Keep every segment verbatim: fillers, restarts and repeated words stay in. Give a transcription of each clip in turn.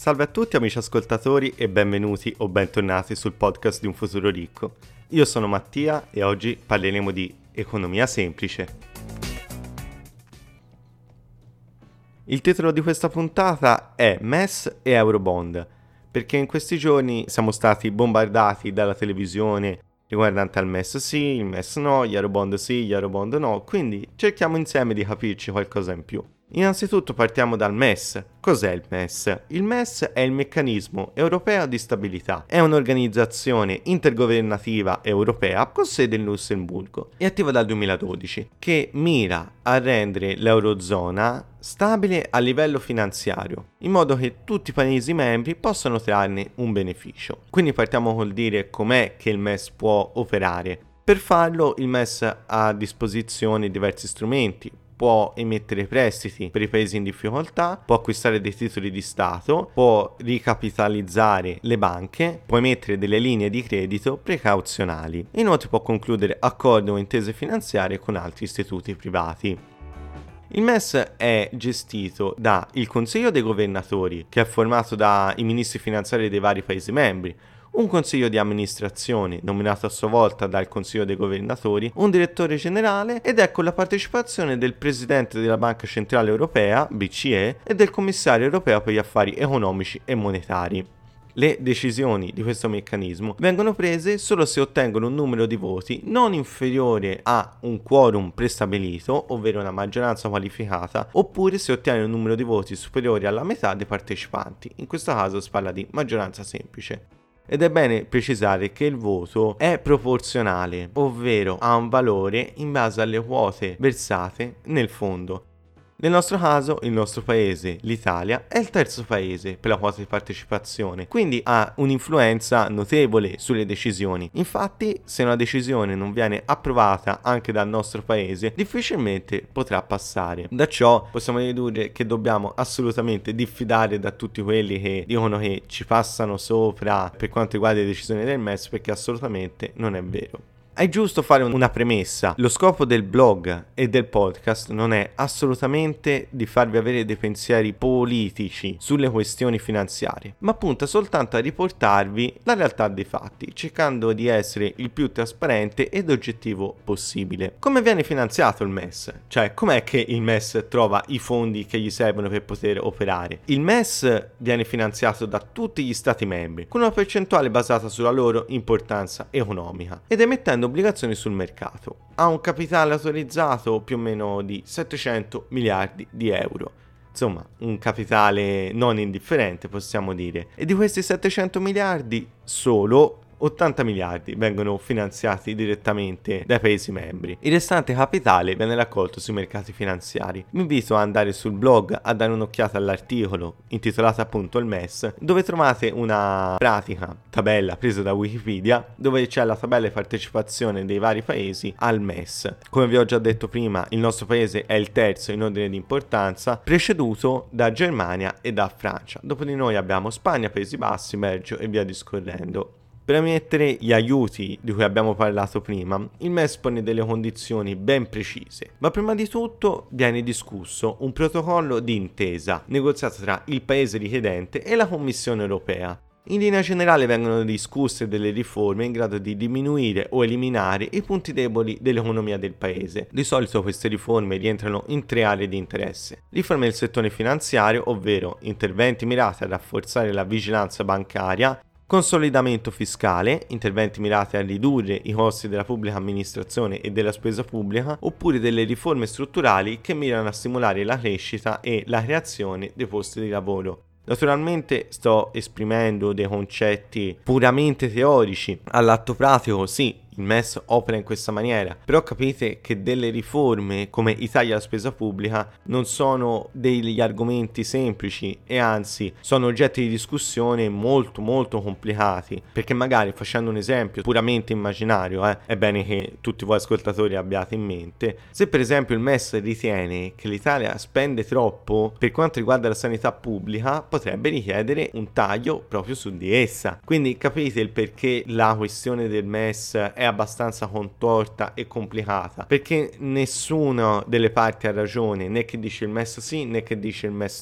Salve a tutti amici ascoltatori e benvenuti o bentornati sul podcast di Un Futuro Ricco. Io sono Mattia e oggi parleremo di economia semplice. Il titolo di questa puntata è M E S e Eurobond, perché in questi giorni siamo stati bombardati dalla televisione riguardante al M E S sì, il M E S no, gli Eurobond sì, gli Eurobond no, quindi cerchiamo insieme di capirci qualcosa in più. Innanzitutto partiamo dal M E S. Cos'è il M E S? Il M E S è il Meccanismo Europeo di Stabilità. È un'organizzazione intergovernativa europea con sede in Lussemburgo. È attiva dal duemiladodici, che mira a rendere l'Eurozona stabile a livello finanziario, in modo che tutti i paesi membri possano trarne un beneficio. Quindi partiamo col dire com'è che il M E S può operare. Per farlo il M E S ha a disposizione diversi strumenti. Può emettere prestiti per i paesi in difficoltà, può acquistare dei titoli di Stato, può ricapitalizzare le banche, può emettere delle linee di credito precauzionali. Inoltre può concludere accordi o intese finanziarie con altri istituti privati. Il M E S è gestito dal Consiglio dei Governatori, che è formato dai ministri finanziari dei vari paesi membri, un consiglio di amministrazione nominato a sua volta dal Consiglio dei Governatori, un direttore generale ed è con la partecipazione del Presidente della Banca Centrale Europea, B C E, e del Commissario Europeo per gli Affari Economici e Monetari. Le decisioni di questo meccanismo vengono prese solo se ottengono un numero di voti non inferiore a un quorum prestabilito, ovvero una maggioranza qualificata, oppure se ottiene un numero di voti superiore alla metà dei partecipanti. In questo caso si parla di maggioranza semplice. Ed è bene precisare che il voto è proporzionale, ovvero ha un valore in base alle quote versate nel fondo. Nel nostro caso, il nostro paese, l'Italia, è il terzo paese per la quota di partecipazione, quindi ha un'influenza notevole sulle decisioni. Infatti, se una decisione non viene approvata anche dal nostro paese, difficilmente potrà passare. Da ciò possiamo dedurre che dobbiamo assolutamente diffidare da tutti quelli che dicono che ci passano sopra per quanto riguarda le decisioni del M E S, perché assolutamente non è vero. È giusto fare una premessa. Lo scopo del blog e del podcast non è assolutamente di farvi avere dei pensieri politici sulle questioni finanziarie, ma punta soltanto a riportarvi la realtà dei fatti, cercando di essere il più trasparente ed oggettivo possibile. Come viene finanziato il M E S? Cioè, com'è che il M E S trova i fondi che gli servono per poter operare? Il M E S viene finanziato da tutti gli stati membri, con una percentuale basata sulla loro importanza economica, ed emettendo obbligazioni sul mercato. Ha un capitale autorizzato più o meno di settecento miliardi di euro. Insomma, un capitale non indifferente, possiamo dire. E di questi settecento miliardi, solo ottanta miliardi vengono finanziati direttamente dai paesi membri. Il restante capitale viene raccolto sui mercati finanziari. Vi invito ad andare sul blog a dare un'occhiata all'articolo intitolato appunto il M E S, dove trovate una pratica tabella presa da Wikipedia, dove c'è la tabella di partecipazione dei vari paesi al M E S. Come vi ho già detto prima, il nostro paese è il terzo in ordine di importanza, preceduto da Germania e da Francia. Dopo di noi abbiamo Spagna, Paesi Bassi, Belgio e via discorrendo. Per emettere gli aiuti di cui abbiamo parlato prima, il M E S pone delle condizioni ben precise, ma prima di tutto viene discusso un protocollo di intesa negoziato tra il paese richiedente e la Commissione europea. In linea generale vengono discusse delle riforme in grado di diminuire o eliminare i punti deboli dell'economia del paese. Di solito queste riforme rientrano in tre aree di interesse. Riforme del settore finanziario, ovvero interventi mirati a rafforzare la vigilanza bancaria, consolidamento fiscale, interventi mirati a ridurre i costi della pubblica amministrazione e della spesa pubblica, oppure delle riforme strutturali che mirano a stimolare la crescita e la creazione dei posti di lavoro. Naturalmente sto esprimendo dei concetti puramente teorici, all'atto pratico sì, il M E S opera in questa maniera, però capite che delle riforme come i tagli alla spesa pubblica non sono degli argomenti semplici e anzi sono oggetti di discussione molto molto complicati, perché magari, facendo un esempio puramente immaginario, eh, è bene che tutti voi ascoltatori abbiate in mente, se per esempio il M E S ritiene che l'Italia spende troppo per quanto riguarda la sanità pubblica, potrebbe richiedere un taglio proprio su di essa. Quindi capite il perché la questione del M E S è abbastanza contorta e complicata, perché nessuna delle parti ha ragione, né che dice il M E S sì né che dice il M E S no.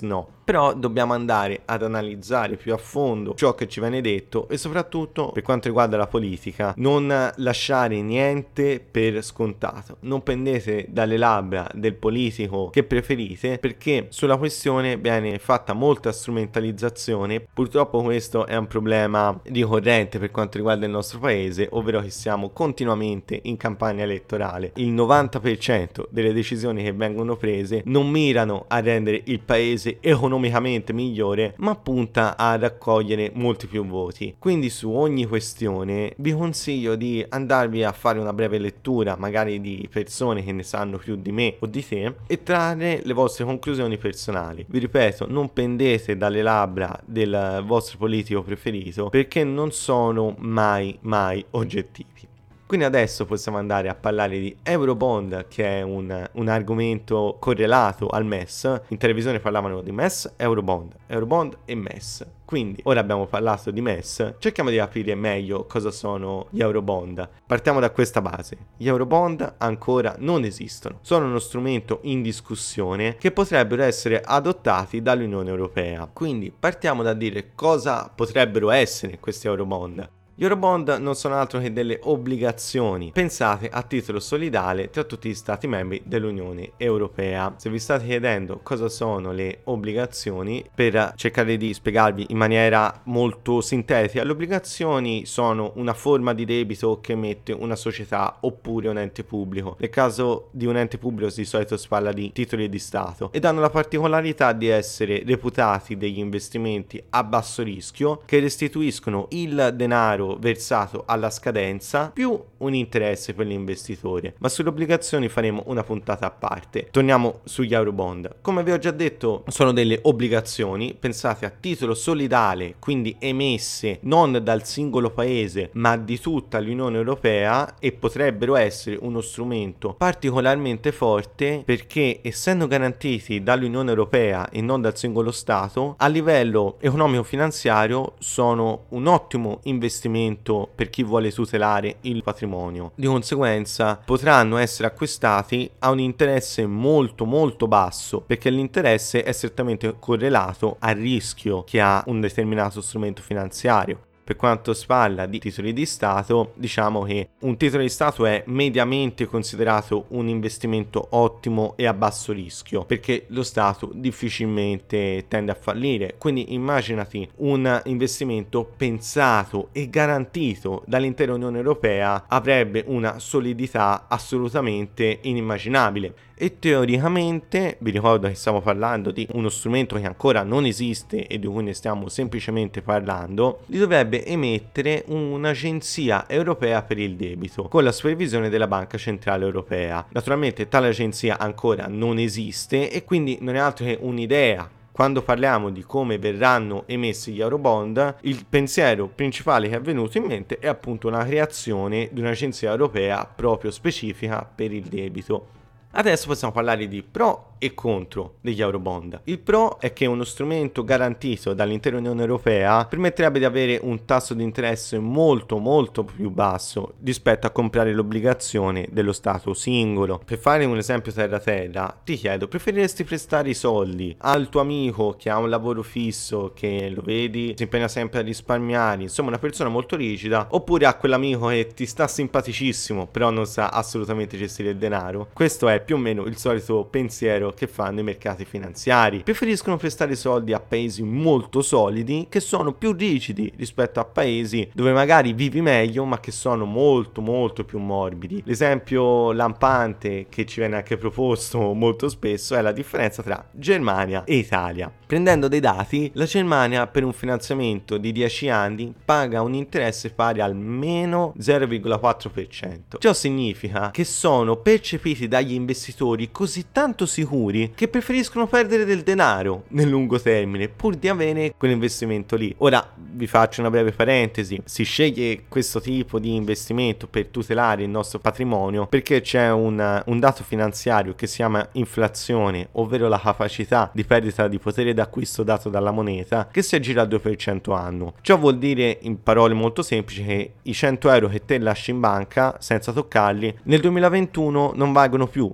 però dobbiamo andare ad analizzare più a fondo ciò che ci viene detto e soprattutto per quanto riguarda la politica non lasciare niente per scontato, non pendete dalle labbra del politico che preferite, perché sulla questione viene fatta molta strumentalizzazione. Purtroppo questo è un problema ricorrente per quanto riguarda il nostro paese, ovvero che siamo continuamente in campagna elettorale. Il novanta per cento delle decisioni che vengono prese non mirano a rendere il paese economicamente migliore, ma punta a raccogliere molti più voti. Quindi su ogni questione vi consiglio di andarvi a fare una breve lettura, magari di persone che ne sanno più di me o di te, e trarre le vostre conclusioni personali. Vi ripeto, non pendete dalle labbra del vostro politico preferito, perché non sono mai mai oggettivi. Quindi adesso possiamo andare a parlare di Eurobond, che è un, un argomento correlato al M E S. In televisione parlavano di M E S, Eurobond, Eurobond e M E S. Quindi ora abbiamo parlato di M E S, cerchiamo di capire meglio cosa sono gli Eurobond. Partiamo da questa base. Gli Eurobond ancora non esistono, sono uno strumento in discussione che potrebbero essere adottati dall'Unione Europea. Quindi partiamo da dire cosa potrebbero essere questi Eurobond. Gli Eurobond non sono altro che delle obbligazioni pensate a titolo solidale tra tutti gli stati membri dell'Unione Europea. Se vi state chiedendo cosa sono le obbligazioni, per cercare di spiegarvi in maniera molto sintetica, le obbligazioni sono una forma di debito che emette una società oppure un ente pubblico. Nel caso di un ente pubblico di solito si parla di titoli di Stato ed hanno la particolarità di essere reputati degli investimenti a basso rischio che restituiscono il denaro versato alla scadenza più un interesse per l'investitore. Ma sulle obbligazioni faremo una puntata a parte. Torniamo sugli Eurobond. Come vi ho già detto, sono delle obbligazioni pensate a titolo solidale, quindi emesse non dal singolo paese ma di tutta l'Unione Europea, e potrebbero essere uno strumento particolarmente forte perché, essendo garantiti dall'Unione Europea e non dal singolo Stato, a livello economico-finanziario sono un ottimo investimento per chi vuole tutelare il patrimonio. Di conseguenza potranno essere acquistati a un interesse molto molto basso, perché l'interesse è strettamente correlato al rischio che ha un determinato strumento finanziario. Per quanto si parla di titoli di Stato, diciamo che un titolo di Stato è mediamente considerato un investimento ottimo e a basso rischio, perché lo Stato difficilmente tende a fallire. Quindi immaginati un investimento pensato e garantito dall'intera Unione Europea, avrebbe una solidità assolutamente inimmaginabile. E teoricamente, vi ricordo che stiamo parlando di uno strumento che ancora non esiste e di cui ne stiamo semplicemente parlando, li dovrebbe emettere un'agenzia europea per il debito con la supervisione della Banca Centrale Europea. Naturalmente tale agenzia ancora non esiste e quindi non è altro che un'idea. Quando parliamo di come verranno emessi gli Eurobond, il pensiero principale che è venuto in mente è appunto la creazione di un'agenzia europea proprio specifica per il debito. Adesso possiamo parlare di pro e contro degli Eurobond. Il pro è che uno strumento garantito dall'intera Unione Europea permetterebbe di avere un tasso di interesse molto molto più basso rispetto a comprare l'obbligazione dello Stato singolo. Per fare un esempio terra terra, ti chiedo, preferiresti prestare i soldi al tuo amico che ha un lavoro fisso, che lo vedi, si impegna sempre a risparmiare, insomma una persona molto rigida, oppure a quell'amico che ti sta simpaticissimo però non sa assolutamente gestire il denaro? Questo è più o meno il solito pensiero che fanno i mercati finanziari. Preferiscono prestare soldi a paesi molto solidi che sono più rigidi rispetto a paesi dove magari vivi meglio ma che sono molto molto più morbidi. L'esempio lampante che ci viene anche proposto molto spesso è la differenza tra Germania e Italia. Prendendo dei dati, la Germania per un finanziamento di dieci anni paga un interesse pari al meno zero virgola quattro per cento. Ciò significa che sono percepiti dagli investitori così tanto sicuri che preferiscono perdere del denaro nel lungo termine pur di avere quell'investimento lì. Ora vi faccio una breve parentesi: si sceglie questo tipo di investimento per tutelare il nostro patrimonio perché c'è un, un dato finanziario che si chiama inflazione, ovvero la capacità di perdita di potere d'acquisto dato dalla moneta, che si aggira al due per cento annuo. Ciò vuol dire, in parole molto semplici, che i cento euro che te lasci in banca senza toccarli nel duemilaventuno non valgono più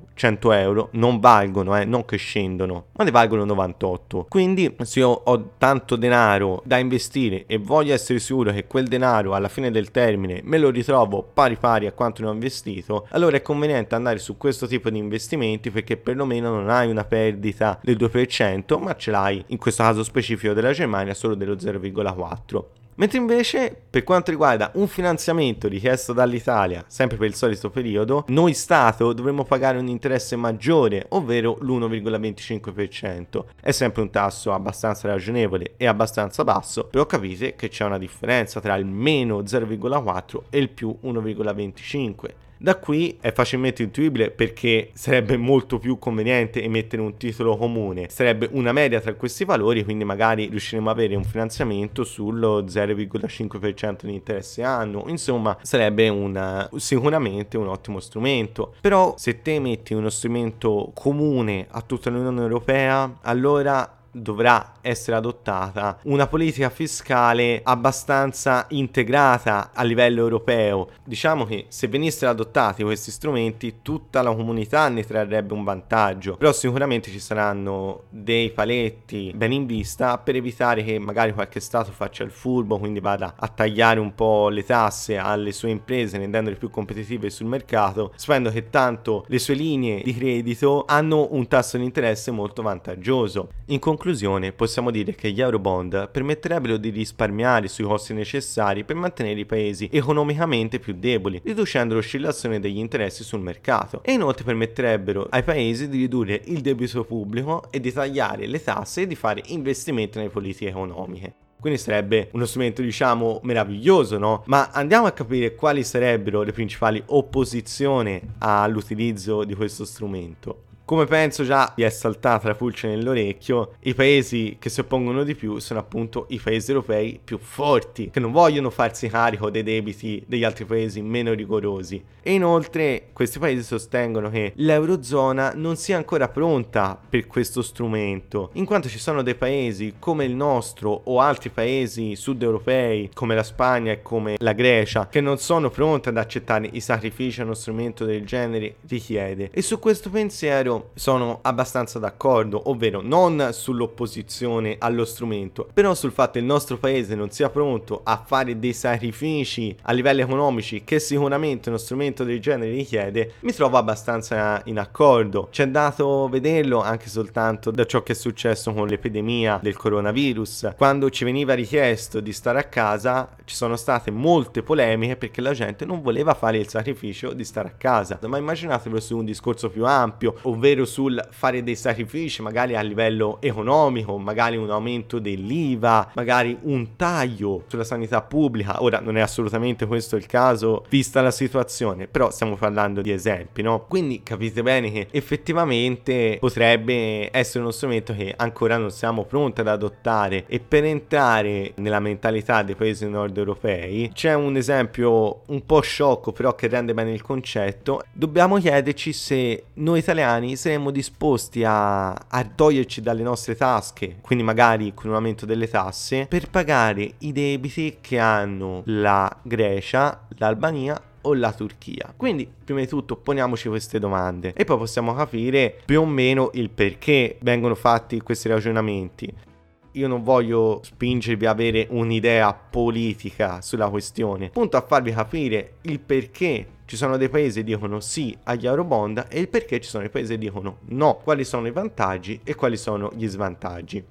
cento euro non valgono, eh, non che scendono, ma ne valgono novantotto. Quindi se io ho tanto denaro da investire e voglio essere sicuro che quel denaro alla fine del termine me lo ritrovo pari pari a quanto ne ho investito, allora è conveniente andare su questo tipo di investimenti, perché perlomeno non hai una perdita del due per cento, ma ce l'hai in questo caso specifico della Germania solo dello zero virgola quattro. Mentre invece per quanto riguarda un finanziamento richiesto dall'Italia, sempre per il solito periodo, noi Stato dovremmo pagare un interesse maggiore, ovvero l'uno virgola venticinque per cento. È sempre un tasso abbastanza ragionevole e abbastanza basso, però capite che c'è una differenza tra il meno zero virgola quattro e il più uno virgola venticinque. Da qui è facilmente intuibile perché sarebbe molto più conveniente emettere un titolo comune, sarebbe una media tra questi valori, quindi magari riusciremo ad avere un finanziamento sullo zero virgola cinque per cento di interesse annuo, insomma sarebbe una, sicuramente un ottimo strumento. Però se te metti uno strumento comune a tutta l'Unione Europea, allora dovrà essere adottata una politica fiscale abbastanza integrata a livello europeo. Diciamo che se venissero adottati questi strumenti tutta la comunità ne trarrebbe un vantaggio, però sicuramente ci saranno dei paletti ben in vista per evitare che magari qualche stato faccia il furbo, quindi vada a tagliare un po' le tasse alle sue imprese rendendole più competitive sul mercato, sapendo che tanto le sue linee di credito hanno un tasso di interesse molto vantaggioso. In conclusione, possiamo dire che gli Eurobond permetterebbero di risparmiare sui costi necessari per mantenere i paesi economicamente più deboli, riducendo l'oscillazione degli interessi sul mercato, e inoltre permetterebbero ai paesi di ridurre il debito pubblico e di tagliare le tasse e di fare investimenti nelle politiche economiche. Quindi sarebbe uno strumento, diciamo, meraviglioso, no? Ma andiamo a capire quali sarebbero le principali opposizioni all'utilizzo di questo strumento. Come penso già vi è saltata la pulce nell'orecchio, i paesi che si oppongono di più sono appunto i paesi europei più forti, che non vogliono farsi carico dei debiti degli altri paesi meno rigorosi. E inoltre questi paesi sostengono che l'Eurozona non sia ancora pronta per questo strumento, in quanto ci sono dei paesi come il nostro o altri paesi sud europei come la Spagna e come la Grecia che non sono pronti ad accettare i sacrifici che uno strumento del genere richiede. E su questo pensiero sono abbastanza d'accordo, ovvero non sull'opposizione allo strumento, però sul fatto che il nostro paese non sia pronto a fare dei sacrifici a livelli economici che sicuramente uno strumento del genere richiede, mi trovo abbastanza in accordo. C'è dato vederlo anche soltanto da ciò che è successo con l'epidemia del coronavirus. Quando ci veniva richiesto di stare a casa, ci sono state molte polemiche perché la gente non voleva fare il sacrificio di stare a casa. Ma immaginatelo su un discorso più ampio, ovvero sul fare dei sacrifici magari a livello economico, magari un aumento dell'I V A, magari un taglio sulla sanità pubblica. Ora non è assolutamente questo il caso vista la situazione, però stiamo parlando di esempi, no? Quindi capite bene che effettivamente potrebbe essere uno strumento che ancora non siamo pronti ad adottare, e per entrare nella mentalità dei paesi nord europei c'è un esempio un po' sciocco però che rende bene il concetto. Dobbiamo chiederci se noi italiani saremmo disposti a, a toglierci dalle nostre tasche, quindi magari con un aumento delle tasse, per pagare i debiti che hanno la Grecia, l'Albania o la Turchia. Quindi prima di tutto poniamoci queste domande e poi possiamo capire più o meno il perché vengono fatti questi ragionamenti. Io non voglio spingervi a avere un'idea politica sulla questione, punto a farvi capire il perché ci sono dei paesi che dicono sì agli Eurobond e il perché ci sono dei paesi che dicono no, quali sono i vantaggi e quali sono gli svantaggi.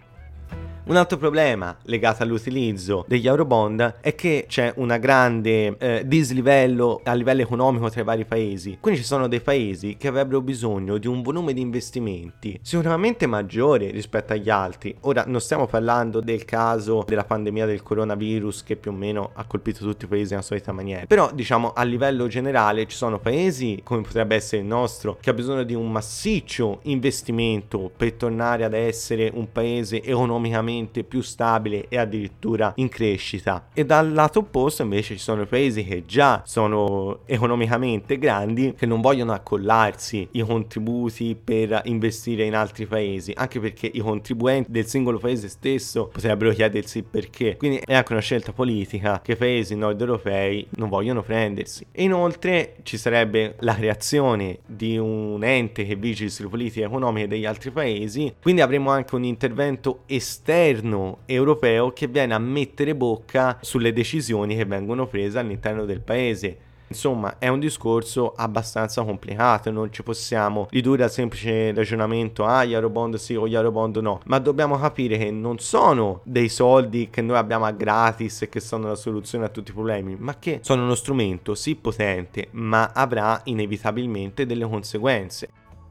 Un altro problema legato all'utilizzo degli Eurobond è che c'è una grande eh, dislivello a livello economico tra i vari paesi. Quindi ci sono dei paesi che avrebbero bisogno di un volume di investimenti sicuramente maggiore rispetto agli altri. Ora non stiamo parlando del caso della pandemia del coronavirus che più o meno ha colpito tutti i paesi nella solita maniera, però diciamo a livello generale ci sono paesi come potrebbe essere il nostro che ha bisogno di un massiccio investimento per tornare ad essere un paese economicamente economicamente più stabile e addirittura in crescita. E dal lato opposto invece ci sono i paesi che già sono economicamente grandi, che non vogliono accollarsi i contributi per investire in altri paesi, anche perché i contribuenti del singolo paese stesso potrebbero chiedersi il perché. Quindi è anche una scelta politica che i paesi nord europei non vogliono prendersi. E inoltre ci sarebbe la creazione di un ente che vigili sulle politiche economiche degli altri paesi, quindi avremo anche un intervento esterno europeo che viene a mettere bocca sulle decisioni che vengono prese all'interno del paese. Insomma, è un discorso abbastanza complicato, non ci possiamo ridurre al semplice ragionamento ah, gli Eurobond sì o gli Eurobond no, ma dobbiamo capire che non sono dei soldi che noi abbiamo a gratis e che sono la soluzione a tutti i problemi, ma che sono uno strumento sì potente, ma avrà inevitabilmente delle conseguenze.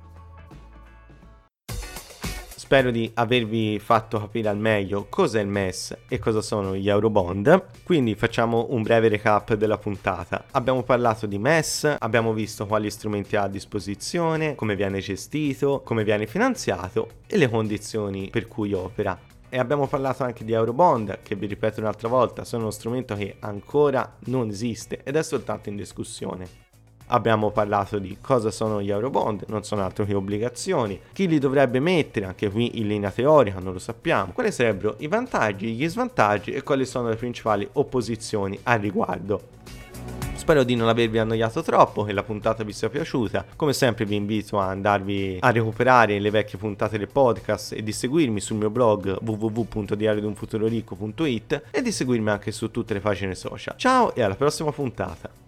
Spero di avervi fatto capire al meglio cosa è il M E S e cosa sono gli Eurobond. Quindi facciamo un breve recap della puntata. Abbiamo parlato di M E S, abbiamo visto quali strumenti ha a disposizione, come viene gestito, come viene finanziato e le condizioni per cui opera. E abbiamo parlato anche di Eurobond, che vi ripeto un'altra volta, sono uno strumento che ancora non esiste ed è soltanto in discussione. Abbiamo parlato di cosa sono gli Eurobond, non sono altro che obbligazioni, chi li dovrebbe mettere, anche qui in linea teorica non lo sappiamo, quali sarebbero i vantaggi, gli svantaggi e quali sono le principali opposizioni al riguardo. Spero di non avervi annoiato troppo, che la puntata vi sia piaciuta. Come sempre vi invito a andarvi a recuperare le vecchie puntate del podcast e di seguirmi sul mio blog w w w punto diario di un futuro ricco punto it e di seguirmi anche su tutte le pagine social. Ciao e alla prossima puntata!